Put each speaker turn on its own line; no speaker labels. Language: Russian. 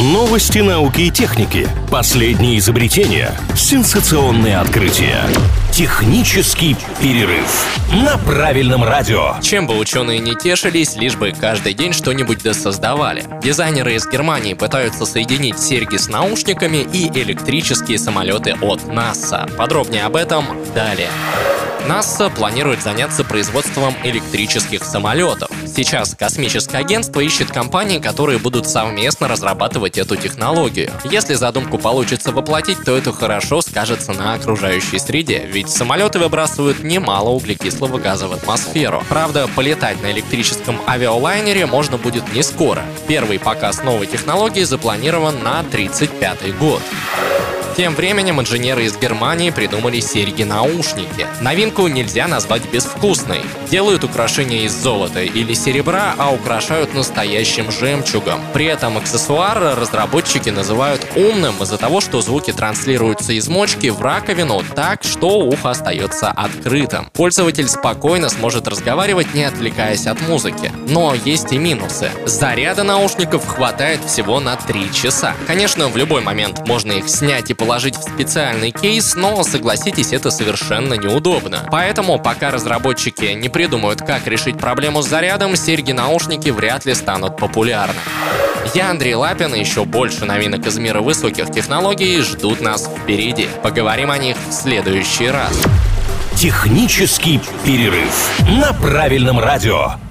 Новости науки и техники, последние изобретения, сенсационные открытия. Технический перерыв на правильном радио.
Чем бы ученые не тешились, лишь бы каждый день что-нибудь досоздавали. Дизайнеры из Германии пытаются соединить серьги с наушниками и электрические самолеты от НАСА. Подробнее об этом далее. НАСА планирует заняться производством электрических самолетов. Сейчас космическое агентство ищет компании, которые будут совместно разрабатывать эту технологию. Если задумку получится воплотить, то это хорошо скажется на окружающей среде, ведь самолеты выбрасывают немало углекислого газа в атмосферу. Правда, полетать на электрическом авиалайнере можно будет не скоро. Первый показ новой технологии запланирован на 1935 год. Тем временем инженеры из Германии придумали серьги-наушники. Новинку нельзя назвать безвкусной. Делают украшения из золота или серебра, а украшают настоящим жемчугом. При этом аксессуар разработчики называют умным из-за того, что звуки транслируются из мочки в раковину так, что ухо остается открытым. Пользователь спокойно сможет разговаривать, не отвлекаясь от музыки. Но есть и минусы. Заряда наушников хватает всего на 3 часа. Конечно, в любой момент можно их снять и положить в специальный кейс, но, согласитесь, это совершенно неудобно. Поэтому, пока разработчики не придумают, как решить проблему с зарядом, серьги-наушники вряд ли станут популярны. Я Андрей Лапин, и еще больше новинок из мира высоких технологий ждут нас впереди. Поговорим о них в следующий раз.
Технический перерыв на правильном радио.